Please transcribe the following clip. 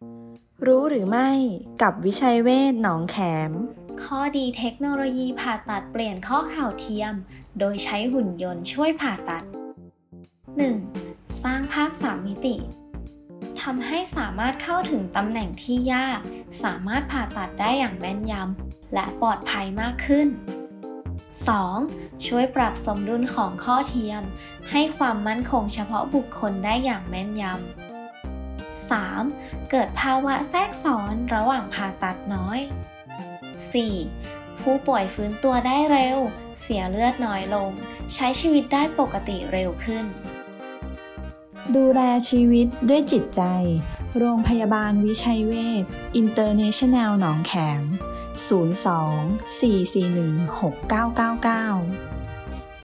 รู้หรือไม่กับวิชัยเวชหนองแขมข้อดีเทคโนโลยีผ่าตัดเปลี่ยนข้อเข่าเทียมโดยใช้หุ่นยนต์ช่วยผ่าตัด 1. สร้างภาพ3มิติทำให้สามารถเข้าถึงตำแหน่งที่ยากสามารถผ่าตัดได้อย่างแม่นยำและปลอดภัยมากขึ้น 2. ช่วยปรับสมดุลของข้อเทียมให้ความมั่นคงเฉพาะบุคคลได้อย่างแม่นยำ 3. เกิดภาวะแทรกซ้อนระหว่างผ่าตัดน้อย 4. ผู้ป่วยฟื้นตัวได้เร็วเสียเลือดน้อยลงใช้ชีวิตได้ปกติเร็วขึ้นดูแลชีวิตด้วยจิตใจโรงพยาบาลวิชัยเวชอินเตอร์เนชั่นแนลหนองแขม02 441 6999